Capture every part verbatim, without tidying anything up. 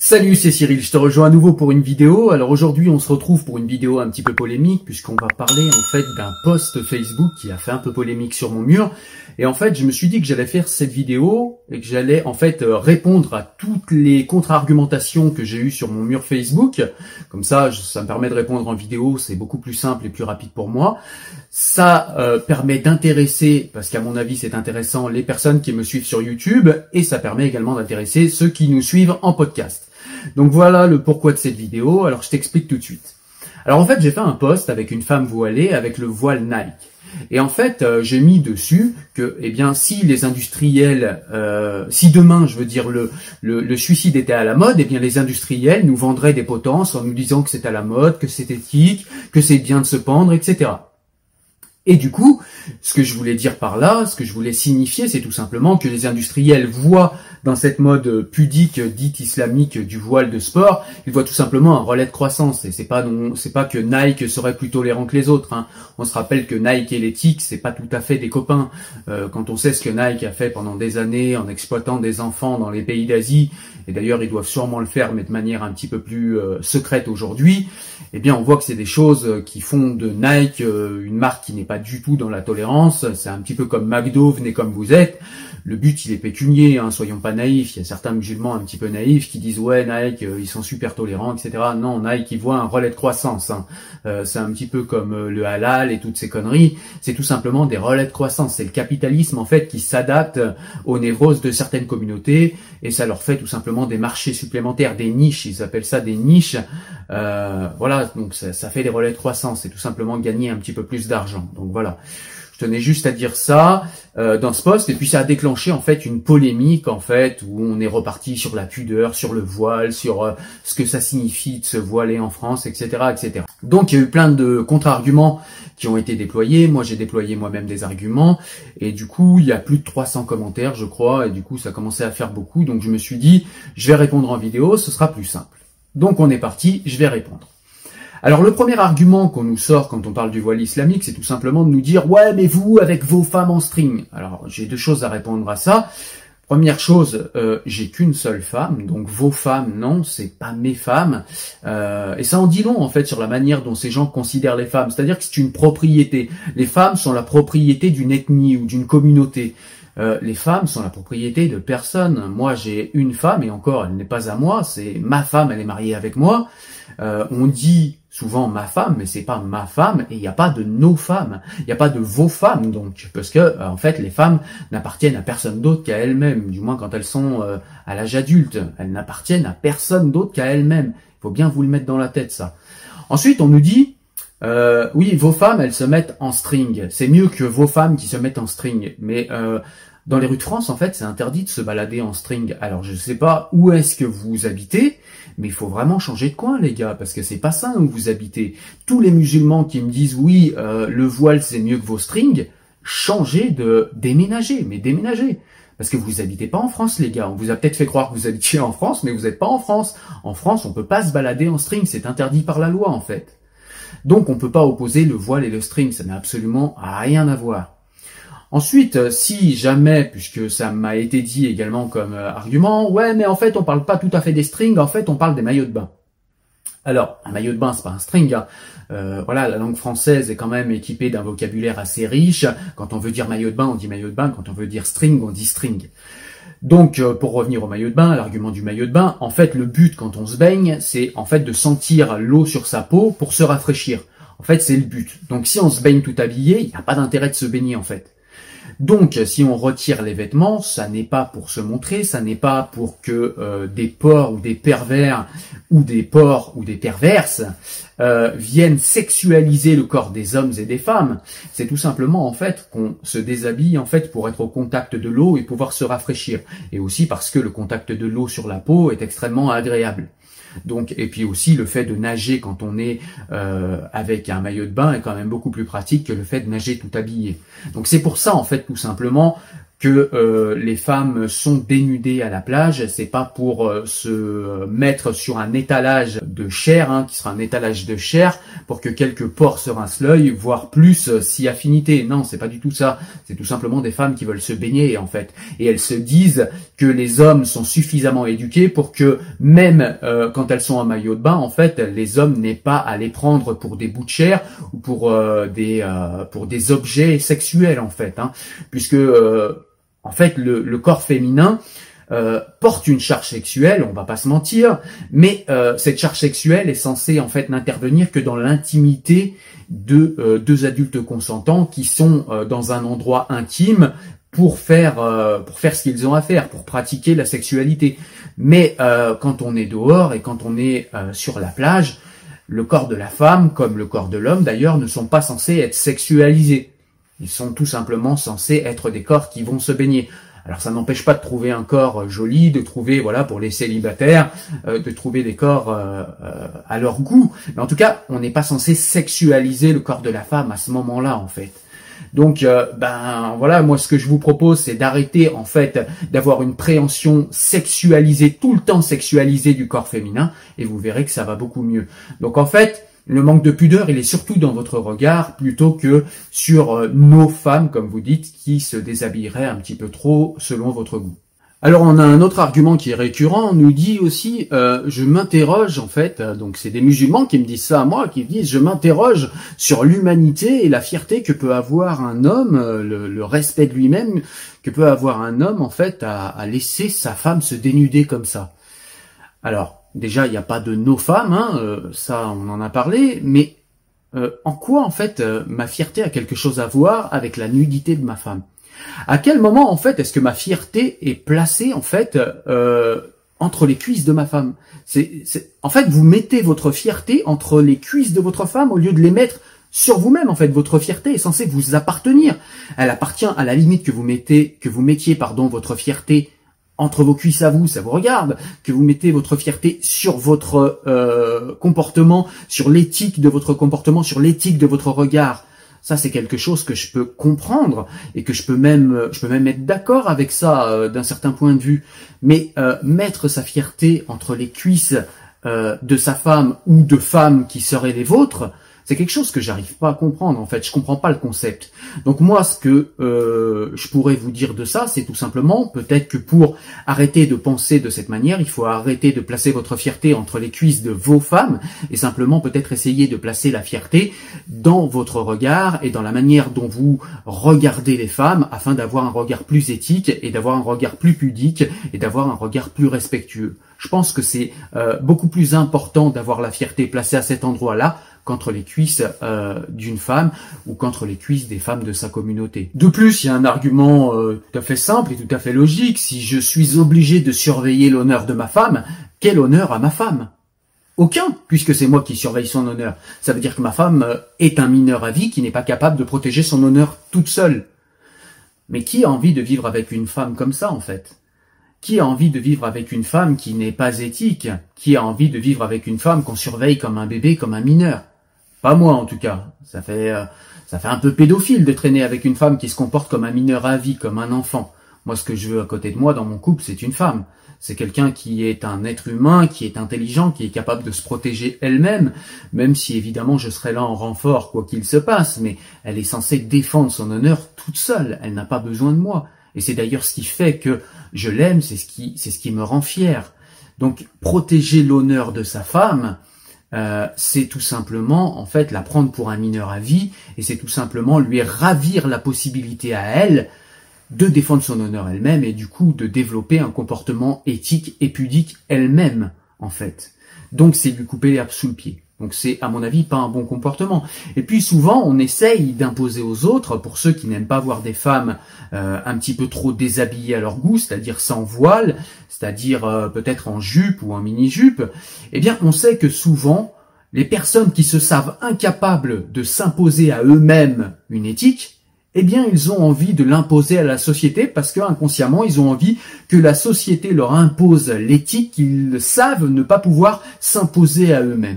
Salut, c'est Cyril, je te rejoins à nouveau pour une vidéo. Alors aujourd'hui, on se retrouve pour une vidéo un petit peu polémique puisqu'on va parler en fait d'un post Facebook qui a fait un peu polémique sur mon mur. Et en fait, je me suis dit que j'allais faire cette vidéo et que j'allais en fait répondre à toutes les contre-argumentations que j'ai eues sur mon mur Facebook. Comme ça, ça me permet de répondre en vidéo, c'est beaucoup plus simple et plus rapide pour moi. Ça euh, permet d'intéresser, parce qu'à mon avis c'est intéressant, les personnes qui me suivent sur YouTube, et ça permet également d'intéresser ceux qui nous suivent en podcast. Donc voilà le pourquoi de cette vidéo. Alors je t'explique tout de suite. Alors en fait, j'ai fait un post avec une femme voilée avec le voile Nike. Et en fait, euh, j'ai mis dessus que, eh bien, si les industriels, euh, si demain, je veux dire, le, le, le suicide était à la mode, eh bien, les industriels nous vendraient des potences en nous disant que c'est à la mode, que c'est éthique, que c'est bien de se pendre, et cetera. Et du coup, ce que je voulais dire par là, ce que je voulais signifier, c'est tout simplement que les industriels voient dans cette mode pudique dite islamique du voile de sport, ils voient tout simplement un relais de croissance. Et c'est pas non, c'est pas que Nike serait plus tolérant que les autres. Hein. On se rappelle que Nike et l'éthique, c'est pas tout à fait des copains. Euh, quand on sait ce que Nike a fait pendant des années en exploitant des enfants dans les pays d'Asie, et d'ailleurs ils doivent sûrement le faire, mais de manière un petit peu plus euh, secrète aujourd'hui, eh bien on voit que c'est des choses qui font de Nike euh, une marque qui n'est pas du tout dans la tolérance. C'est un petit peu comme McDo, venez comme vous êtes. Le but, il est pécunier, hein, soyons pas naïfs. Il y a certains musulmans un petit peu naïfs qui disent « Ouais, Nike, euh, ils sont super tolérants, et cetera » Non, Nike, ils voient un relais de croissance. Hein. Euh, c'est un petit peu comme euh, le halal et toutes ces conneries. C'est tout simplement des relais de croissance. C'est le capitalisme, en fait, qui s'adapte aux névroses de certaines communautés et ça leur fait tout simplement des marchés supplémentaires, des niches. Ils appellent ça des niches. Euh, voilà, donc ça, ça fait des relais de croissance. C'est tout simplement gagner un petit peu plus d'argent. Donc voilà. Je tenais juste à dire ça euh, dans ce post, et puis ça a déclenché en fait une polémique en fait où on est reparti sur la pudeur, sur le voile, sur euh, ce que ça signifie de se voiler en France, et cetera, et cetera. Donc il y a eu plein de contre-arguments qui ont été déployés. Moi j'ai déployé moi-même des arguments, et du coup il y a plus de trois cents commentaires, je crois, et du coup ça commençait à faire beaucoup. Donc je me suis dit je vais répondre en vidéo, ce sera plus simple. Donc on est parti, je vais répondre. Alors le premier argument qu'on nous sort quand on parle du voile islamique, c'est tout simplement de nous dire « Ouais, mais vous, avec vos femmes en string ». Alors j'ai deux choses à répondre à ça. Première chose, euh, j'ai qu'une seule femme, donc vos femmes, non, c'est pas mes femmes. Euh, et ça en dit long en fait sur la manière dont ces gens considèrent les femmes. C'est-à-dire que c'est une propriété. Les femmes sont la propriété d'une ethnie ou d'une communauté. Euh, les femmes sont la propriété de personne. Moi, j'ai une femme, et encore, elle n'est pas à moi, c'est ma femme, elle est mariée avec moi. Euh, on dit souvent ma femme, mais c'est pas ma femme, et il n'y a pas de nos femmes, il n'y a pas de vos femmes, donc, parce que euh, en fait, les femmes n'appartiennent à personne d'autre qu'à elles-mêmes, du moins quand elles sont euh, à l'âge adulte, elles n'appartiennent à personne d'autre qu'à elles-mêmes. Il faut bien vous le mettre dans la tête, ça. Ensuite, on nous dit, euh, oui, vos femmes, elles se mettent en string. C'est mieux que vos femmes qui se mettent en string, mais euh, dans les rues de France, en fait, c'est interdit de se balader en string. Alors, je sais pas où est-ce que vous habitez, mais il faut vraiment changer de coin, les gars, parce que c'est pas ça où vous habitez. Tous les musulmans qui me disent, oui, euh, le voile, c'est mieux que vos strings, changez de déménager, mais déménager. Parce que vous habitez pas en France, les gars. On vous a peut-être fait croire que vous habitiez en France, mais vous n'êtes pas en France. En France, on peut pas se balader en string, c'est interdit par la loi, en fait. Donc, on peut pas opposer le voile et le string, ça n'a absolument rien à voir. Ensuite, si jamais, puisque ça m'a été dit également comme euh, argument, ouais, mais en fait, on parle pas tout à fait des strings, en fait, on parle des maillots de bain. Alors, un maillot de bain, c'est pas un string. Hein. Euh, voilà, la langue française est quand même équipée d'un vocabulaire assez riche. Quand on veut dire maillot de bain, on dit maillot de bain. Quand on veut dire string, on dit string. Donc, euh, pour revenir au maillot de bain, l'argument du maillot de bain, en fait, le but quand on se baigne, c'est en fait de sentir l'eau sur sa peau pour se rafraîchir. En fait, c'est le but. Donc, si on se baigne tout habillé, il n'y a pas d'intérêt de se baigner, en fait. Donc, si on retire les vêtements, ça n'est pas pour se montrer, ça n'est pas pour que euh, des porcs ou des pervers ou des porcs ou des perverses euh, viennent sexualiser le corps des hommes et des femmes. C'est tout simplement en fait qu'on se déshabille en fait pour être au contact de l'eau et pouvoir se rafraîchir. Et aussi parce que le contact de l'eau sur la peau est extrêmement agréable. Donc, et puis aussi le fait de nager quand on est euh, avec un maillot de bain est quand même beaucoup plus pratique que le fait de nager tout habillé. Donc c'est pour ça en fait tout simplement que euh, les femmes sont dénudées à la plage, c'est pas pour euh, se mettre sur un étalage de chair, hein, qui sera un étalage de chair, pour que quelques porcs se rincent l'œil, voire plus euh, si affinité. Non, c'est pas du tout ça. C'est tout simplement des femmes qui veulent se baigner, en fait. Et elles se disent que les hommes sont suffisamment éduqués pour que, même euh, quand elles sont en maillot de bain, en fait, les hommes n'aient pas à les prendre pour des bouts de chair ou pour euh, des euh, pour des objets sexuels, en fait, hein, puisque euh, en fait, le, le corps féminin euh, porte une charge sexuelle, on va pas se mentir, mais euh, cette charge sexuelle est censée en fait n'intervenir que dans l'intimité de euh, deux adultes consentants qui sont euh, dans un endroit intime pour faire euh, pour faire ce qu'ils ont à faire, pour pratiquer la sexualité. Mais euh, quand on est dehors et quand on est euh, sur la plage, le corps de la femme, comme le corps de l'homme d'ailleurs, ne sont pas censés être sexualisés. Ils sont tout simplement censés être des corps qui vont se baigner. Alors ça n'empêche pas de trouver un corps joli, de trouver, voilà, pour les célibataires, euh, de trouver des corps euh, euh, à leur goût. Mais en tout cas, on n'est pas censé sexualiser le corps de la femme à ce moment-là, en fait. Donc, euh, ben voilà, moi ce que je vous propose, c'est d'arrêter en fait d'avoir une préhension sexualisée, tout le temps sexualisée du corps féminin, et vous verrez que ça va beaucoup mieux. Donc en fait, le manque de pudeur, il est surtout dans votre regard plutôt que sur euh, nos femmes, comme vous dites, qui se déshabilleraient un petit peu trop selon votre goût. Alors on a un autre argument qui est récurrent, on nous dit aussi, euh, je m'interroge en fait, euh, donc c'est des musulmans qui me disent ça à moi, qui me disent, je m'interroge sur l'humanité et la fierté que peut avoir un homme, euh, le, le respect de lui-même, que peut avoir un homme en fait à, à laisser sa femme se dénuder comme ça. Alors, déjà, il n'y a pas de nos femmes, hein, euh, ça on en a parlé, mais euh, en quoi en fait euh, ma fierté a quelque chose à voir avec la nudité de ma femme? À quel moment en fait est-ce que ma fierté est placée en fait euh, entre les cuisses de ma femme? C'est, c'est, en fait, vous mettez votre fierté entre les cuisses de votre femme au lieu de les mettre sur vous-même. En fait, votre fierté est censée vous appartenir. Elle appartient à la limite que vous mettez, que vous mettiez, pardon, votre fierté entre vos cuisses à vous, ça vous regarde, que vous mettez votre fierté sur votre euh, comportement, sur l'éthique de votre comportement, sur l'éthique de votre regard. Ça, c'est quelque chose que je peux comprendre et que je peux même, je peux même être d'accord avec ça euh, d'un certain point de vue. Mais euh, mettre sa fierté entre les cuisses euh, de sa femme ou de femmes qui seraient les vôtres, c'est quelque chose que j'arrive pas à comprendre, en fait. Je comprends pas le concept. Donc moi, ce que euh, je pourrais vous dire de ça, c'est tout simplement, peut-être que pour arrêter de penser de cette manière, il faut arrêter de placer votre fierté entre les cuisses de vos femmes et simplement peut-être essayer de placer la fierté dans votre regard et dans la manière dont vous regardez les femmes afin d'avoir un regard plus éthique et d'avoir un regard plus pudique et d'avoir un regard plus respectueux. Je pense que c'est euh, beaucoup plus important d'avoir la fierté placée à cet endroit-là qu'entre les cuisses euh, d'une femme ou qu'entre les cuisses des femmes de sa communauté. De plus, il y a un argument euh, tout à fait simple et tout à fait logique. Si je suis obligé de surveiller l'honneur de ma femme, quel honneur à ma femme? Aucun, puisque c'est moi qui surveille son honneur. Ça veut dire que ma femme euh, est un mineur à vie qui n'est pas capable de protéger son honneur toute seule. Mais qui a envie de vivre avec une femme comme ça, en fait? Qui a envie de vivre avec une femme qui n'est pas éthique? Qui a envie de vivre avec une femme qu'on surveille comme un bébé, comme un mineur? Pas moi, en tout cas. Ça fait, euh, ça fait un peu pédophile de traîner avec une femme qui se comporte comme un mineur à vie, comme un enfant. Moi, ce que je veux à côté de moi dans mon couple, c'est une femme. C'est quelqu'un qui est un être humain, qui est intelligent, qui est capable de se protéger elle-même, même si évidemment je serai là en renfort quoi qu'il se passe, mais elle est censée défendre son honneur toute seule. Elle n'a pas besoin de moi. Et c'est d'ailleurs ce qui fait que je l'aime, c'est ce qui, c'est ce qui me rend fier. Donc, protéger l'honneur de sa femme, Euh, c'est tout simplement, en fait, la prendre pour un mineur à vie, et c'est tout simplement lui ravir la possibilité à elle de défendre son honneur elle-même, et du coup de développer un comportement éthique et pudique elle-même, en fait. Donc c'est lui couper l'herbe sous le pied. Donc c'est, à mon avis, pas un bon comportement. Et puis souvent, on essaye d'imposer aux autres, pour ceux qui n'aiment pas voir des femmes euh, un petit peu trop déshabillées à leur goût, c'est-à-dire sans voile, c'est-à-dire euh, peut-être en jupe ou en mini-jupe, eh bien on sait que souvent, les personnes qui se savent incapables de s'imposer à eux-mêmes une éthique, eh bien ils ont envie de l'imposer à la société parce que inconsciemment ils ont envie que la société leur impose l'éthique qu'ils savent ne pas pouvoir s'imposer à eux-mêmes.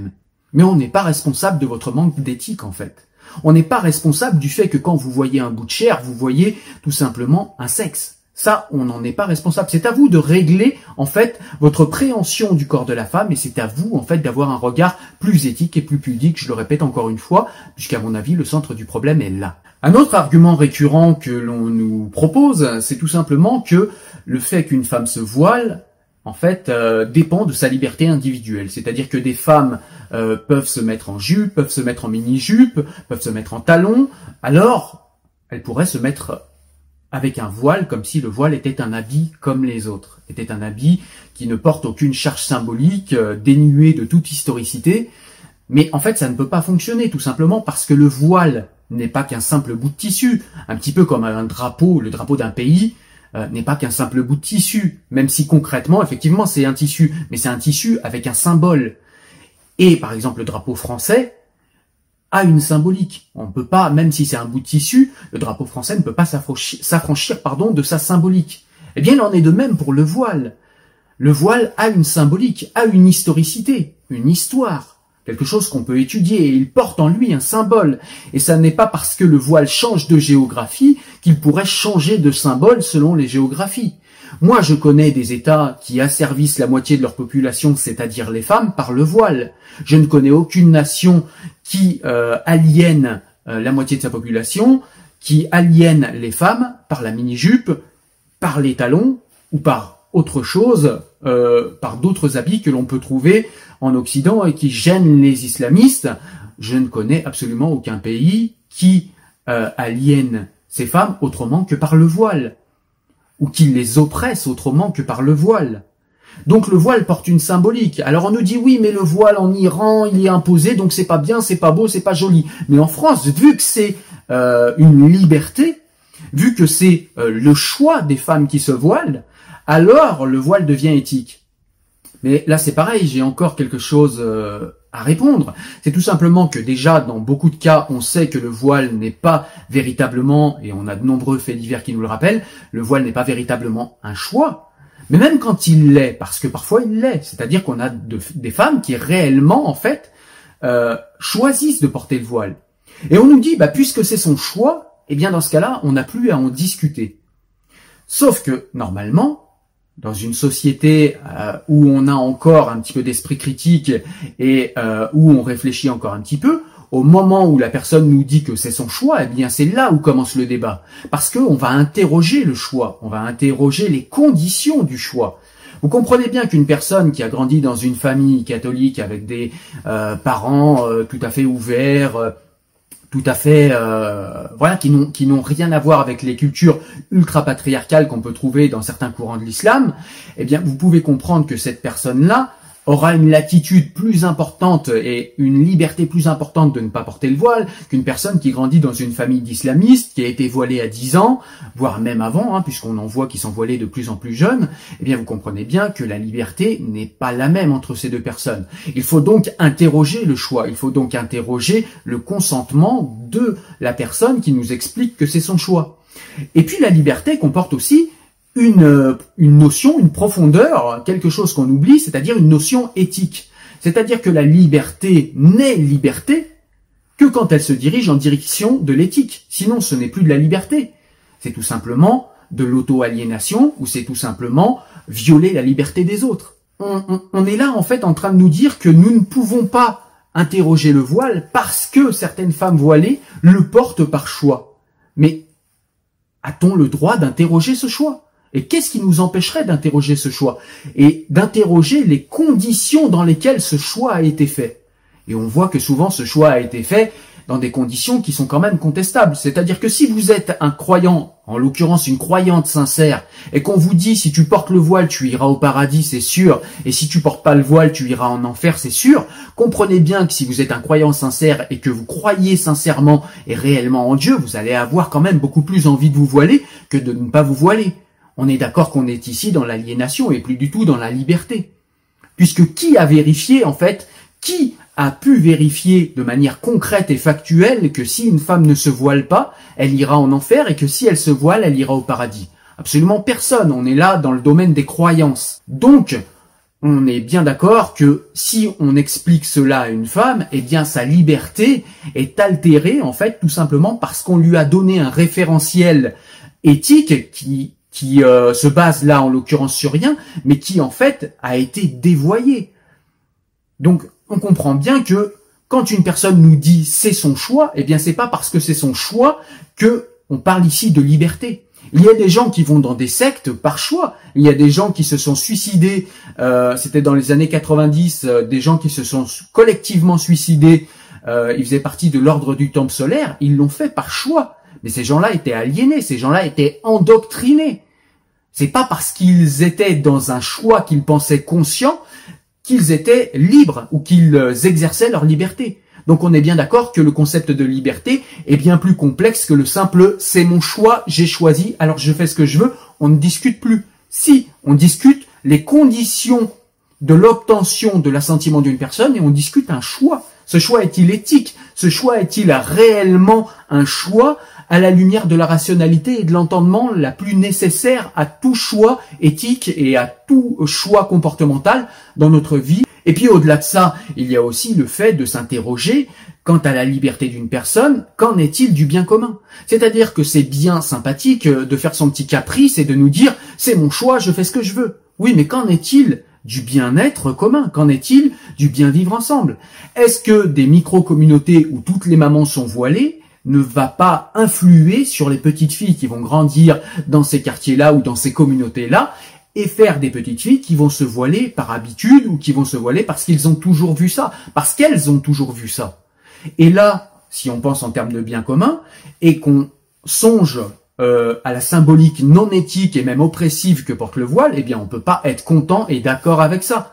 Mais on n'est pas responsable de votre manque d'éthique, en fait. On n'est pas responsable du fait que quand vous voyez un bout de chair, vous voyez tout simplement un sexe. Ça, on n'en est pas responsable. C'est à vous de régler, en fait, votre préhension du corps de la femme, et c'est à vous, en fait, d'avoir un regard plus éthique et plus pudique, je le répète encore une fois, puisqu'à mon avis, le centre du problème est là. Un autre argument récurrent que l'on nous propose, c'est tout simplement que le fait qu'une femme se voile, en fait, euh, dépend de sa liberté individuelle. C'est-à-dire que des femmes euh, peuvent se mettre en jupe, peuvent se mettre en mini-jupe, peuvent se mettre en talons, alors elles pourraient se mettre avec un voile, comme si le voile était un habit comme les autres, était un habit qui ne porte aucune charge symbolique, euh, dénué de toute historicité. Mais en fait, ça ne peut pas fonctionner, tout simplement parce que le voile n'est pas qu'un simple bout de tissu, un petit peu comme un drapeau, le drapeau d'un pays, Euh, n'est pas qu'un simple bout de tissu, même si concrètement, effectivement, c'est un tissu, mais c'est un tissu avec un symbole. Et par exemple, le drapeau français a une symbolique. On ne peut pas, même si c'est un bout de tissu, le drapeau français ne peut pas s'affranchir, s'affranchir, pardon, de sa symbolique. Eh bien, il en est de même pour le voile. Le voile a une symbolique, a une historicité, une histoire. Quelque chose qu'on peut étudier, et il porte en lui un symbole. Et ça n'est pas parce que le voile change de géographie qu'il pourrait changer de symbole selon les géographies. Moi, je connais des États qui asservissent la moitié de leur population, c'est-à-dire les femmes, par le voile. Je ne connais aucune nation qui euh, aliène euh, la moitié de sa population, qui aliène les femmes par la mini-jupe, par les talons ou par autre chose, euh, par d'autres habits que l'on peut trouver en Occident et qui gênent les islamistes. Je ne connais absolument aucun pays qui euh, aliène ces femmes autrement que par le voile, ou qui les oppresse autrement que par le voile. Donc le voile porte une symbolique. Alors on nous dit oui, mais le voile en Iran, il est imposé, donc c'est pas bien, c'est pas beau, c'est pas joli. Mais en France, vu que c'est euh, une liberté, vu que c'est euh, le choix des femmes qui se voilent, alors le voile devient éthique. Mais là c'est pareil, j'ai encore quelque chose euh, à répondre. C'est tout simplement que déjà dans beaucoup de cas, on sait que le voile n'est pas véritablement, et on a de nombreux faits divers qui nous le rappellent, le voile n'est pas véritablement un choix. Mais même quand il l'est, parce que parfois il l'est, c'est-à-dire qu'on a de, des femmes qui réellement en fait euh, choisissent de porter le voile. Et on nous dit, bah puisque c'est son choix, eh bien dans ce cas-là, on n'a plus à en discuter. Sauf que normalement, dans une société euh, où on a encore un petit peu d'esprit critique et euh, où on réfléchit encore un petit peu, au moment où la personne nous dit que c'est son choix, eh bien c'est là où commence le débat. Parce qu'on va interroger le choix, on va interroger les conditions du choix. Vous comprenez bien qu'une personne qui a grandi dans une famille catholique avec des euh, parents euh, tout à fait ouverts, euh, tout à fait, euh, voilà, qui n'ont qui n'ont rien à voir avec les cultures ultra-patriarcales qu'on peut trouver dans certains courants de l'islam, eh bien, vous pouvez comprendre que cette personne-là aura une latitude plus importante et une liberté plus importante de ne pas porter le voile qu'une personne qui grandit dans une famille d'islamistes, qui a été voilée à dix ans, voire même avant, hein, puisqu'on en voit qui sont voilés de plus en plus jeunes. Eh bien, vous comprenez bien que la liberté n'est pas la même entre ces deux personnes. Il faut donc interroger le choix, il faut donc interroger le consentement de la personne qui nous explique que c'est son choix. Et puis la liberté comporte aussi Une, une notion, une profondeur, quelque chose qu'on oublie, c'est-à-dire une notion éthique. C'est-à-dire que la liberté n'est liberté que quand elle se dirige en direction de l'éthique. Sinon, ce n'est plus de la liberté. C'est tout simplement de l'auto-aliénation ou c'est tout simplement violer la liberté des autres. On, on, on est là, en fait, en train de nous dire que nous ne pouvons pas interroger le voile parce que certaines femmes voilées le portent par choix. Mais a-t-on le droit d'interroger ce choix ? Et qu'est-ce qui nous empêcherait d'interroger ce choix? Et d'interroger les conditions dans lesquelles ce choix a été fait. Et on voit que souvent ce choix a été fait dans des conditions qui sont quand même contestables. C'est-à-dire que si vous êtes un croyant, en l'occurrence une croyante sincère, et qu'on vous dit si tu portes le voile tu iras au paradis, c'est sûr, et si tu portes pas le voile tu iras en enfer, c'est sûr, comprenez bien que si vous êtes un croyant sincère et que vous croyez sincèrement et réellement en Dieu, vous allez avoir quand même beaucoup plus envie de vous voiler que de ne pas vous voiler. On est d'accord qu'on est ici dans l'aliénation et plus du tout dans la liberté. Puisque qui a vérifié, en fait, qui a pu vérifier de manière concrète et factuelle que si une femme ne se voile pas, elle ira en enfer et que si elle se voile, elle ira au paradis? Absolument personne. On est là dans le domaine des croyances. Donc, on est bien d'accord que si on explique cela à une femme, eh bien sa liberté est altérée en fait tout simplement parce qu'on lui a donné un référentiel éthique qui qui euh, se base là en l'occurrence sur rien, mais qui en fait a été dévoyé. Donc on comprend bien que quand une personne nous dit c'est son choix, eh bien c'est pas parce que c'est son choix que on parle ici de liberté. Il y a des gens qui vont dans des sectes par choix. Il y a des gens qui se sont suicidés. Euh, c'était dans les années quatre-vingt-dix, euh, des gens qui se sont collectivement suicidés. Euh, ils faisaient partie de l'ordre du temple solaire. Ils l'ont fait par choix. Mais ces gens-là étaient aliénés. Ces gens-là étaient endoctrinés. C'est pas parce qu'ils étaient dans un choix qu'ils pensaient conscient qu'ils étaient libres ou qu'ils exerçaient leur liberté. Donc on est bien d'accord que le concept de liberté est bien plus complexe que le simple « c'est mon choix, j'ai choisi, alors je fais ce que je veux », on ne discute plus. Si, on discute les conditions de l'obtention de l'assentiment d'une personne et on discute un choix. Ce choix est-il éthique? Ce choix est-il réellement un choix à la lumière de la rationalité et de l'entendement la plus nécessaire à tout choix éthique et à tout choix comportemental dans notre vie? Et puis au-delà de ça, il y a aussi le fait de s'interroger quant à la liberté d'une personne, qu'en est-il du bien commun? C'est-à-dire que c'est bien sympathique de faire son petit caprice et de nous dire « c'est mon choix, je fais ce que je veux ». Oui, mais qu'en est-il du bien-être commun? Qu'en est-il du bien vivre ensemble? Est-ce que des micro-communautés où toutes les mamans sont voilées ne va pas influer sur les petites filles qui vont grandir dans ces quartiers-là ou dans ces communautés-là et faire des petites filles qui vont se voiler par habitude ou qui vont se voiler parce qu'ils ont toujours vu ça, parce qu'elles ont toujours vu ça. Et là, si on pense en termes de bien commun et qu'on songe euh, à la symbolique non éthique et même oppressive que porte le voile, eh bien on peut pas être content et d'accord avec ça.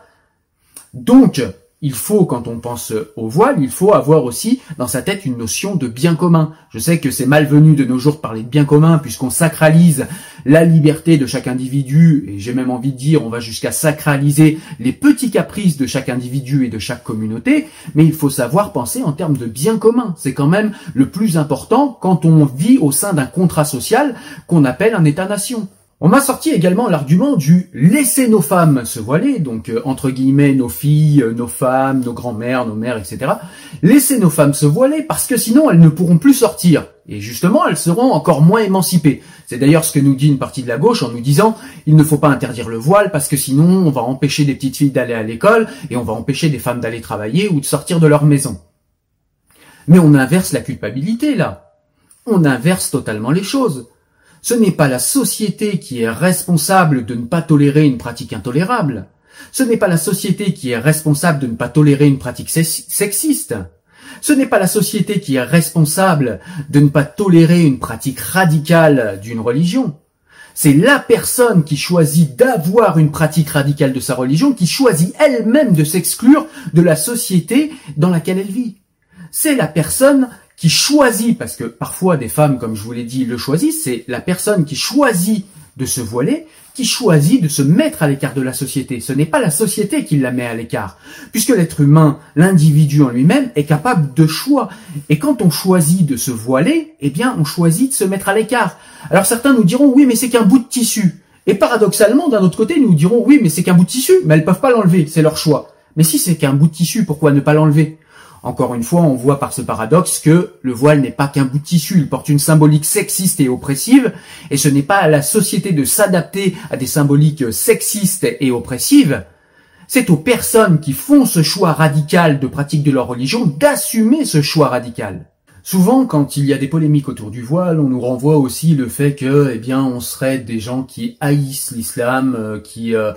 Donc, il faut, quand on pense au voile, il faut avoir aussi dans sa tête une notion de bien commun. Je sais que c'est malvenu de nos jours de parler de bien commun puisqu'on sacralise la liberté de chaque individu et j'ai même envie de dire on va jusqu'à sacraliser les petits caprices de chaque individu et de chaque communauté, mais il faut savoir penser en termes de bien commun. C'est quand même le plus important quand on vit au sein d'un contrat social qu'on appelle un État-nation. On m'a sorti également l'argument du « laisser nos femmes se voiler », donc euh, entre guillemets nos filles, euh, nos femmes, nos grands-mères, nos mères, et cetera. Laisser nos femmes se voiler parce que sinon elles ne pourront plus sortir. Et justement, elles seront encore moins émancipées. C'est d'ailleurs ce que nous dit une partie de la gauche en nous disant « il ne faut pas interdire le voile parce que sinon on va empêcher des petites filles d'aller à l'école et on va empêcher des femmes d'aller travailler ou de sortir de leur maison ». Mais on inverse la culpabilité là. On inverse totalement les choses. Ce n'est pas la société qui est responsable de ne pas tolérer une pratique intolérable. Ce n'est pas la société qui est responsable de ne pas tolérer une pratique sexiste. Ce n'est pas la société qui est responsable de ne pas tolérer une pratique radicale d'une religion. C'est la personne qui choisit d'avoir une pratique radicale de sa religion, qui choisit elle-même de s'exclure de la société dans laquelle elle vit. C'est la personne qui choisit, parce que parfois des femmes, comme je vous l'ai dit, le choisissent, c'est la personne qui choisit de se voiler, qui choisit de se mettre à l'écart de la société. Ce n'est pas la société qui la met à l'écart, puisque l'être humain, l'individu en lui-même, est capable de choix. Et quand on choisit de se voiler, eh bien, on choisit de se mettre à l'écart. Alors certains nous diront, oui, mais c'est qu'un bout de tissu. Et paradoxalement, d'un autre côté, nous dirons, oui, mais c'est qu'un bout de tissu, mais elles peuvent pas l'enlever, c'est leur choix. Mais si c'est qu'un bout de tissu, pourquoi ne pas l'enlever ? Encore une fois, on voit par ce paradoxe que le voile n'est pas qu'un bout de tissu, il porte une symbolique sexiste et oppressive, et ce n'est pas à la société de s'adapter à des symboliques sexistes et oppressives, c'est aux personnes qui font ce choix radical de pratique de leur religion d'assumer ce choix radical. Souvent, quand il y a des polémiques autour du voile, on nous renvoie aussi le fait que, eh bien, on serait des gens qui haïssent l'islam, euh, qui... Euh,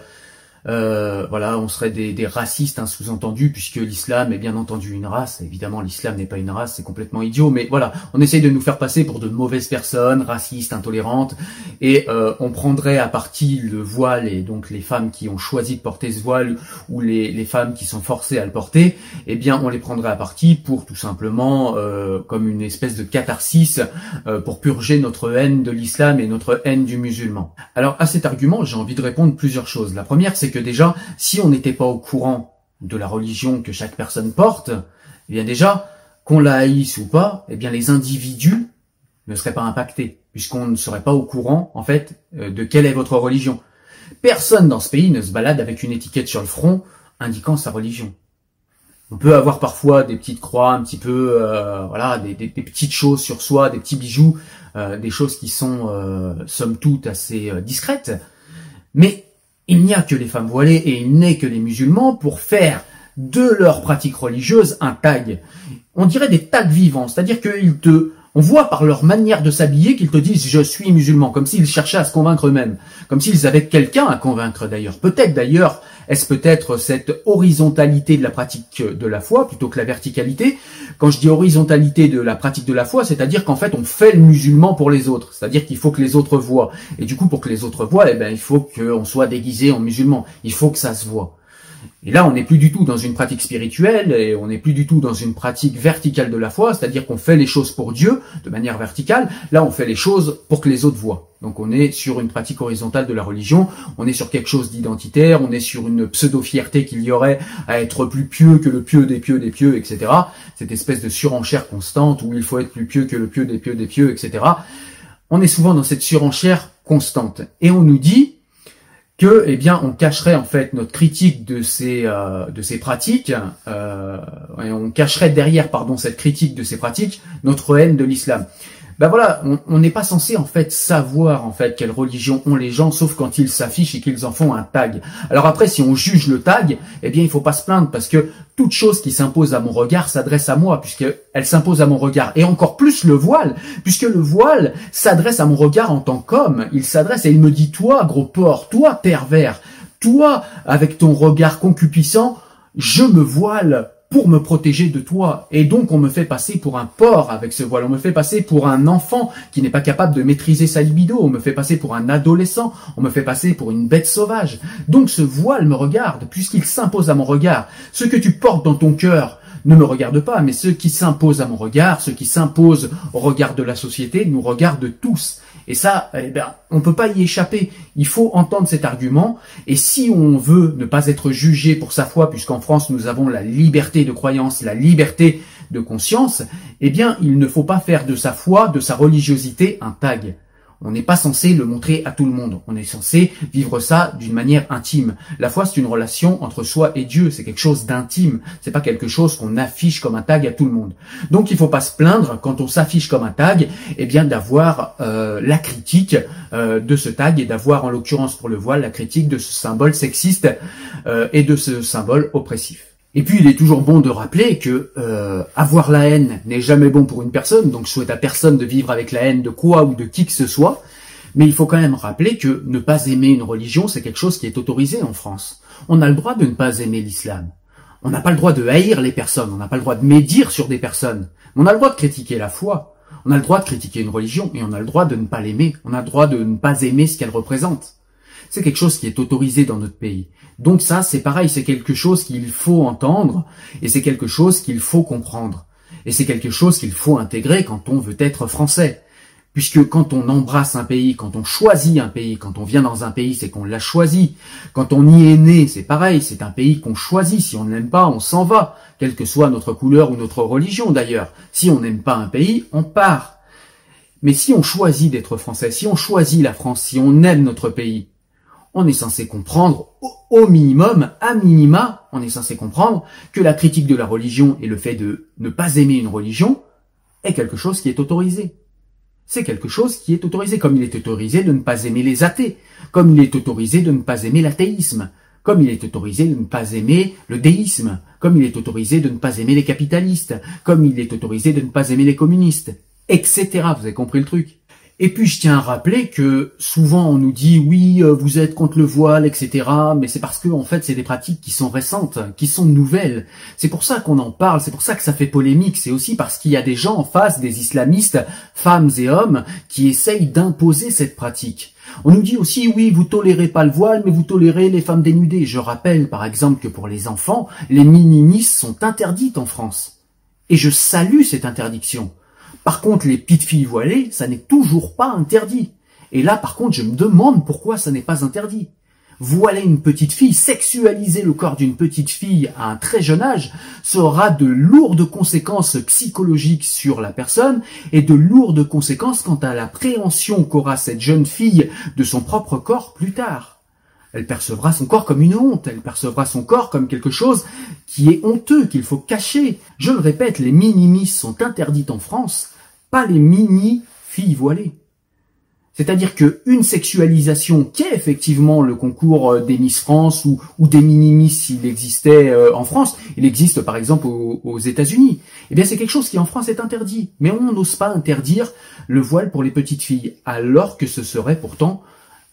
Euh, voilà, on serait des, des racistes, hein, sous-entendu, puisque l'islam est bien entendu une race. Évidemment, l'islam n'est pas une race, c'est complètement idiot, mais voilà, on essaye de nous faire passer pour de mauvaises personnes, racistes, intolérantes, et euh, on prendrait à partie le voile, et donc les femmes qui ont choisi de porter ce voile, ou les, les femmes qui sont forcées à le porter, eh bien, on les prendrait à partie pour tout simplement, euh, comme une espèce de catharsis, euh, pour purger notre haine de l'islam et notre haine du musulman. Alors, à cet argument, j'ai envie de répondre plusieurs choses. La première, c'est que déjà, si on n'était pas au courant de la religion que chaque personne porte, eh bien déjà, qu'on la haïsse ou pas, eh bien les individus ne seraient pas impactés, puisqu'on ne serait pas au courant, en fait, de quelle est votre religion. Personne dans ce pays ne se balade avec une étiquette sur le front indiquant sa religion. On peut avoir parfois des petites croix, un petit peu, euh, voilà, des, des, des petites choses sur soi, des petits bijoux, euh, des choses qui sont, euh, somme toute, assez euh, discrètes. Mais il n'y a que les femmes voilées et il n'est que les musulmans pour faire de leur pratique religieuse un tag. On dirait des tags vivants, c'est-à-dire qu'ils te... On voit par leur manière de s'habiller qu'ils te disent « je suis musulman », comme s'ils cherchaient à se convaincre eux-mêmes, comme s'ils avaient quelqu'un à convaincre d'ailleurs. Peut-être d'ailleurs, est-ce peut-être cette horizontalité de la pratique de la foi plutôt que la verticalité? Quand je dis horizontalité de la pratique de la foi, c'est-à-dire qu'en fait on fait le musulman pour les autres, c'est-à-dire qu'il faut que les autres voient. Et du coup pour que les autres voient, eh ben, il faut qu'on soit déguisé en musulman, il faut que ça se voit. Et là, on n'est plus du tout dans une pratique spirituelle et on n'est plus du tout dans une pratique verticale de la foi, c'est-à-dire qu'on fait les choses pour Dieu de manière verticale. Là, on fait les choses pour que les autres voient. Donc, on est sur une pratique horizontale de la religion, on est sur quelque chose d'identitaire, on est sur une pseudo-fierté qu'il y aurait à être plus pieux que le pieux des pieux des pieux, et cetera. Cette espèce de surenchère constante où il faut être plus pieux que le pieux des pieux des pieux, et cetera. On est souvent dans cette surenchère constante. Et on nous dit que, eh bien, on cacherait en fait notre critique de ces euh, de ces pratiques, euh, et on cacherait derrière, pardon, cette critique de ces pratiques, notre haine de l'islam. Ben voilà, on n'est pas censé en fait savoir en fait quelle religion ont les gens, sauf quand ils s'affichent et qu'ils en font un tag. Alors après, si on juge le tag, eh bien, il faut pas se plaindre parce que toute chose qui s'impose à mon regard s'adresse à moi, puisqu'elle s'impose à mon regard. Et encore plus le voile, puisque le voile s'adresse à mon regard en tant qu'homme. Il s'adresse et il me dit, toi, gros porc, toi, pervers, toi, avec ton regard concupiscent, je me voile pour me protéger de toi. Et donc, on me fait passer pour un porc avec ce voile. On me fait passer pour un enfant qui n'est pas capable de maîtriser sa libido. On me fait passer pour un adolescent. On me fait passer pour une bête sauvage. Donc, ce voile me regarde, puisqu'il s'impose à mon regard. Ce que tu portes dans ton cœur ne me regarde pas, mais ce qui s'impose à mon regard, ce qui s'impose au regard de la société, nous regarde tous. Et ça, eh ben, on peut pas y échapper. Il faut entendre cet argument. Et si on veut ne pas être jugé pour sa foi, puisqu'en France, nous avons la liberté de croyance, la liberté de conscience, eh bien, il ne faut pas faire de sa foi, de sa religiosité, un tag. On n'est pas censé le montrer à tout le monde. On est censé vivre ça d'une manière intime. La foi, c'est une relation entre soi et Dieu. C'est quelque chose d'intime. C'est pas quelque chose qu'on affiche comme un tag à tout le monde. Donc, il faut pas se plaindre quand on s'affiche comme un tag, eh bien, d'avoir euh, la critique euh, de ce tag et d'avoir, en l'occurrence pour le voile, la critique de ce symbole sexiste euh, et de ce symbole oppressif. Et puis, il est toujours bon de rappeler que euh, avoir la haine n'est jamais bon pour une personne, donc je souhaite à personne de vivre avec la haine de quoi ou de qui que ce soit, mais il faut quand même rappeler que ne pas aimer une religion, c'est quelque chose qui est autorisé en France. On a le droit de ne pas aimer l'islam. On n'a pas le droit de haïr les personnes, on n'a pas le droit de médire sur des personnes, mais on a le droit de critiquer la foi, on a le droit de critiquer une religion, et on a le droit de ne pas l'aimer, on a le droit de ne pas aimer ce qu'elle représente. C'est quelque chose qui est autorisé dans notre pays. Donc ça, c'est pareil, c'est quelque chose qu'il faut entendre et c'est quelque chose qu'il faut comprendre. Et c'est quelque chose qu'il faut intégrer quand on veut être français. Puisque quand on embrasse un pays, quand on choisit un pays, quand on vient dans un pays, c'est qu'on l'a choisi. Quand on y est né, c'est pareil, c'est un pays qu'on choisit. Si on ne l'aime pas, on s'en va, quelle que soit notre couleur ou notre religion d'ailleurs. Si on n'aime pas un pays, on part. Mais si on choisit d'être français, si on choisit la France, si on aime notre pays, on est censé comprendre, au minimum, à minima, on est censé comprendre que la critique de la religion et le fait de ne pas aimer une religion est quelque chose qui est autorisé. C'est quelque chose qui est autorisé, comme il est autorisé de ne pas aimer les athées, comme il est autorisé de ne pas aimer l'athéisme, comme il est autorisé de ne pas aimer le déisme, comme il est autorisé de ne pas aimer les capitalistes, comme il est autorisé de ne pas aimer les communistes, et cetera. Vous avez compris le truc? Et puis je tiens à rappeler que souvent on nous dit oui vous êtes contre le voile, et cetera. Mais c'est parce que en fait c'est des pratiques qui sont récentes, qui sont nouvelles. C'est pour ça qu'on en parle, c'est pour ça que ça fait polémique. C'est aussi parce qu'il y a des gens en face, des islamistes, femmes et hommes, qui essayent d'imposer cette pratique. On nous dit aussi oui vous tolérez pas le voile mais vous tolérez les femmes dénudées. Je rappelle par exemple que pour les enfants, les minimis sont interdites en France. Et je salue cette interdiction. Par contre, les petites filles voilées, ça n'est toujours pas interdit. Et là, par contre, je me demande pourquoi ça n'est pas interdit. Voiler une petite fille, sexualiser le corps d'une petite fille à un très jeune âge, ça aura de lourdes conséquences psychologiques sur la personne et de lourdes conséquences quant à l'appréhension qu'aura cette jeune fille de son propre corps plus tard. Elle percevra son corps comme une honte, elle percevra son corps comme quelque chose qui est honteux, qu'il faut cacher. Je le répète, les mini-miss sont interdites en France, pas les mini-filles voilées. C'est-à-dire qu'une sexualisation qui est effectivement le concours des Miss France ou, ou des mini-miss s'il existait en France, il existe par exemple aux, aux États-Unis, eh bien c'est quelque chose qui en France est interdit. Mais on n'ose pas interdire le voile pour les petites filles, alors que ce serait pourtant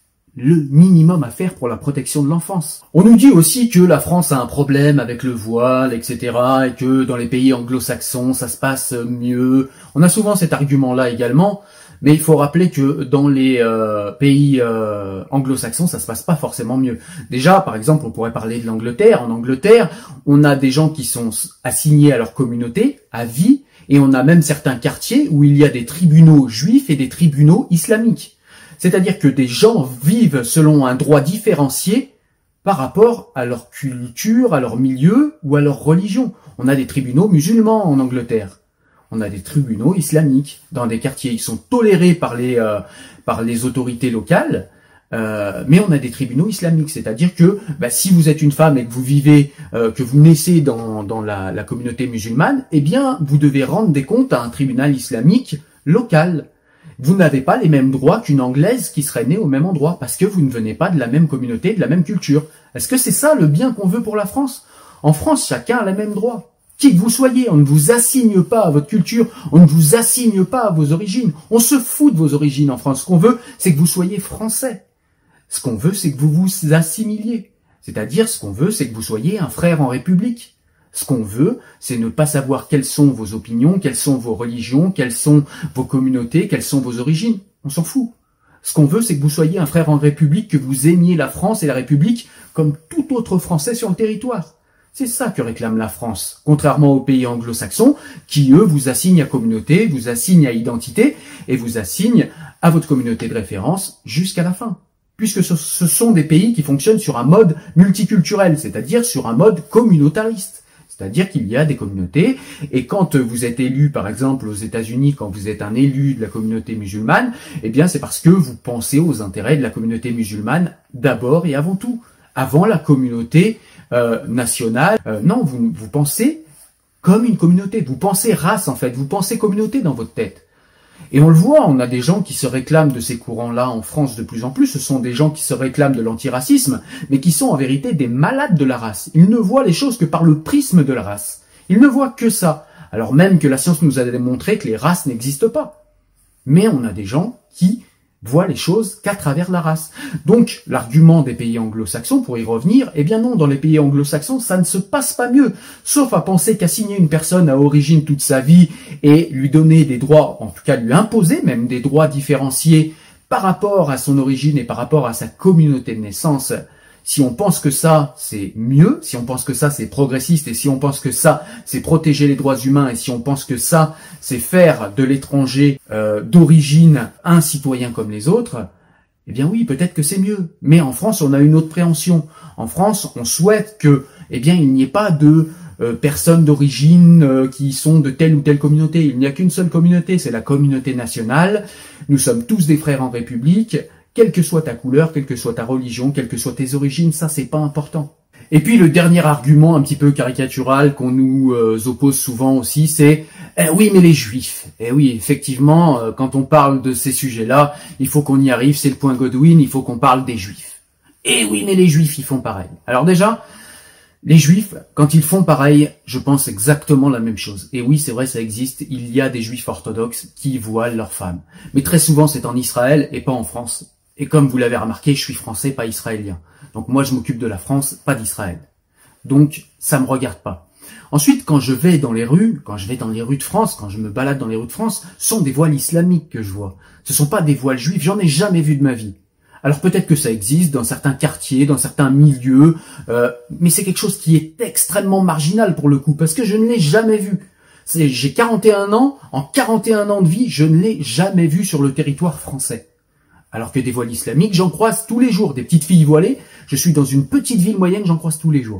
le minimum à faire pour la protection de l'enfance. On nous dit aussi que la France a un problème avec le voile, et cetera, et que dans les pays anglo-saxons, ça se passe mieux. On a souvent cet argument-là également. Mais il faut rappeler que dans les euh, pays euh, anglo-saxons, ça se passe pas forcément mieux. Déjà, par exemple, on pourrait parler de l'Angleterre. En Angleterre, on a des gens qui sont assignés à leur communauté, à vie, et on a même certains quartiers où il y a des tribunaux juifs et des tribunaux islamiques. C'est-à-dire que des gens vivent selon un droit différencié par rapport à leur culture, à leur milieu ou à leur religion. On a des tribunaux musulmans en Angleterre. On a des tribunaux islamiques dans des quartiers. Ils sont tolérés par les euh, par les autorités locales, euh, mais on a des tribunaux islamiques. C'est-à-dire que bah, si vous êtes une femme et que vous vivez, euh, que vous naissez dans dans la, la communauté musulmane, eh bien vous devez rendre des comptes à un tribunal islamique local. Vous n'avez pas les mêmes droits qu'une Anglaise qui serait née au même endroit parce que vous ne venez pas de la même communauté, de la même culture. Est-ce que c'est ça le bien qu'on veut pour la France? En France, chacun a les mêmes droits. Qui que vous soyez, on ne vous assigne pas à votre culture, on ne vous assigne pas à vos origines. On se fout de vos origines en France. Ce qu'on veut, c'est que vous soyez français. Ce qu'on veut, c'est que vous vous assimiliez. C'est-à-dire, ce qu'on veut, c'est que vous soyez un frère en République. Ce qu'on veut, c'est ne pas savoir quelles sont vos opinions, quelles sont vos religions, quelles sont vos communautés, quelles sont vos origines. On s'en fout. Ce qu'on veut, c'est que vous soyez un frère en République, que vous aimiez la France et la République comme tout autre Français sur le territoire. C'est ça que réclame la France, contrairement aux pays anglo-saxons qui, eux, vous assignent à communauté, vous assignent à identité et vous assignent à votre communauté de référence jusqu'à la fin. Puisque ce, ce sont des pays qui fonctionnent sur un mode multiculturel, c'est-à-dire sur un mode communautariste. C'est-à-dire qu'il y a des communautés, et quand vous êtes élu, par exemple, aux États-Unis, quand vous êtes un élu de la communauté musulmane, eh bien c'est parce que vous pensez aux intérêts de la communauté musulmane d'abord et avant tout, avant la communauté euh, nationale. Euh, non, vous, vous pensez comme une communauté, vous pensez race en fait, vous pensez communauté dans votre tête. Et on le voit, on a des gens qui se réclament de ces courants-là en France de plus en plus, ce sont des gens qui se réclament de l'antiracisme, mais qui sont en vérité des malades de la race. Ils ne voient les choses que par le prisme de la race. Ils ne voient que ça, alors même que la science nous a démontré que les races n'existent pas. Mais on a des gens qui voient les choses qu'à travers la race. Donc, l'argument des pays anglo-saxons, pour y revenir, eh bien non, dans les pays anglo-saxons, ça ne se passe pas mieux. Sauf à penser qu'assigner une personne à origine toute sa vie et lui donner des droits, en tout cas lui imposer même des droits différenciés par rapport à son origine et par rapport à sa communauté de naissance, si on pense que ça, c'est mieux, si on pense que ça, c'est progressiste, et si on pense que ça, c'est protéger les droits humains, et si on pense que ça, c'est faire de l'étranger euh, d'origine un citoyen comme les autres, eh bien oui, peut-être que c'est mieux. Mais en France, on a une autre préhension. En France, on souhaite que, eh bien, il n'y ait pas de euh, personnes d'origine euh, qui sont de telle ou telle communauté. Il n'y a qu'une seule communauté, c'est la communauté nationale. Nous sommes tous des frères en République. Quelle que soit ta couleur, quelle que soit ta religion, quelles que soient tes origines, ça c'est pas important. Et puis le dernier argument un petit peu caricatural qu'on nous euh, oppose souvent aussi, c'est eh oui mais les juifs. Eh oui, effectivement, euh, quand on parle de ces sujets-là, il faut qu'on y arrive, c'est le point Godwin, il faut qu'on parle des juifs. Eh oui mais les juifs ils font pareil. Alors déjà, les juifs, quand ils font pareil, je pense exactement la même chose. Et oui, c'est vrai, ça existe, il y a des juifs orthodoxes qui voilent leurs femmes. Mais très souvent c'est en Israël et pas en France. Et comme vous l'avez remarqué, je suis français, pas israélien. Donc moi, je m'occupe de la France, pas d'Israël. Donc, ça me regarde pas. Ensuite, quand je vais dans les rues, quand je vais dans les rues de France, quand je me balade dans les rues de France, ce sont des voiles islamiques que je vois. Ce sont pas des voiles juifs, j'en ai jamais vu de ma vie. Alors peut-être que ça existe dans certains quartiers, dans certains milieux, euh, mais c'est quelque chose qui est extrêmement marginal pour le coup, parce que je ne l'ai jamais vu. C'est, j'ai quarante et un ans, en quarante et un ans de vie, je ne l'ai jamais vu sur le territoire français. Alors que des voiles islamiques, j'en croise tous les jours. Des petites filles voilées, je suis dans une petite ville moyenne, j'en croise tous les jours.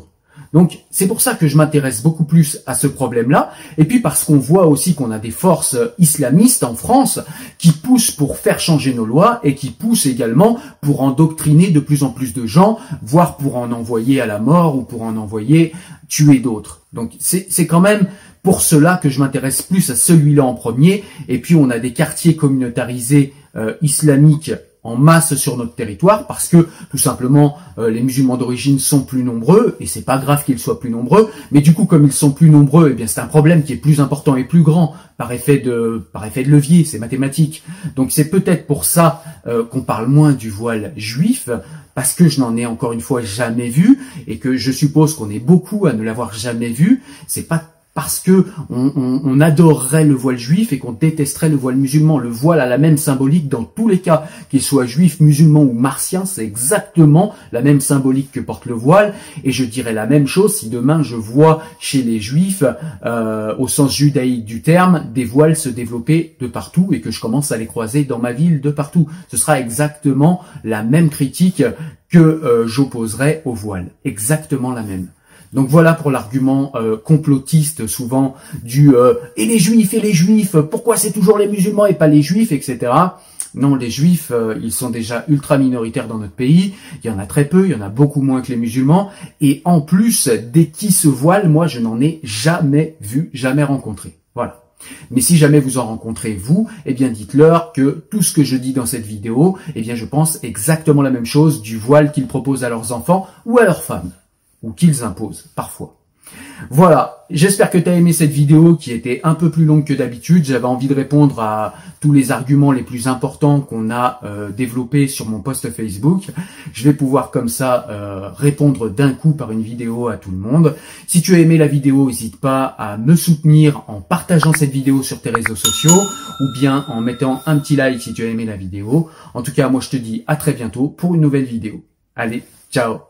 Donc c'est pour ça que je m'intéresse beaucoup plus à ce problème-là, et puis parce qu'on voit aussi qu'on a des forces islamistes en France qui poussent pour faire changer nos lois et qui poussent également pour endoctriner de plus en plus de gens, voire pour en envoyer à la mort ou pour en envoyer tuer d'autres. Donc c'est c'est quand même pour cela que je m'intéresse plus à celui-là en premier, et puis on a des quartiers communautarisés euh, islamiques en masse sur notre territoire parce que tout simplement euh, les musulmans d'origine sont plus nombreux et c'est pas grave qu'ils soient plus nombreux, mais du coup comme ils sont plus nombreux, eh bien c'est un problème qui est plus important et plus grand par effet de par effet de levier, c'est mathématique. Donc c'est peut-être pour ça euh, qu'on parle moins du voile juif, parce que je n'en ai encore une fois jamais vu et que je suppose qu'on est beaucoup à ne l'avoir jamais vu. C'est pas parce que on, on, on adorerait le voile juif et qu'on détesterait le voile musulman. Le voile a la même symbolique dans tous les cas, qu'il soit juif, musulman ou martien, c'est exactement la même symbolique que porte le voile. Et je dirais la même chose si demain je vois chez les juifs, euh, au sens judaïque du terme, des voiles se développer de partout et que je commence à les croiser dans ma ville de partout. Ce sera exactement la même critique que euh, j'opposerai au voile. Exactement la même. Donc voilà pour l'argument euh, complotiste souvent du euh, « et les juifs, et les juifs, pourquoi c'est toujours les musulmans et pas les juifs ?» et cetera. Non, les juifs, euh, ils sont déjà ultra minoritaires dans notre pays, il y en a très peu, il y en a beaucoup moins que les musulmans, et en plus, dès qui se voilent, moi je n'en ai jamais vu, jamais rencontré. Voilà. Mais si jamais vous en rencontrez vous, eh bien dites-leur que tout ce que je dis dans cette vidéo, eh bien je pense exactement la même chose du voile qu'ils proposent à leurs enfants ou à leurs femmes. Ou qu'ils imposent, parfois. Voilà, j'espère que tu as aimé cette vidéo qui était un peu plus longue que d'habitude. J'avais envie de répondre à tous les arguments les plus importants qu'on a euh, développés sur mon post Facebook. Je vais pouvoir comme ça euh, répondre d'un coup par une vidéo à tout le monde. Si tu as aimé la vidéo, n'hésite pas à me soutenir en partageant cette vidéo sur tes réseaux sociaux ou bien en mettant un petit like si tu as aimé la vidéo. En tout cas, moi je te dis à très bientôt pour une nouvelle vidéo. Allez, ciao!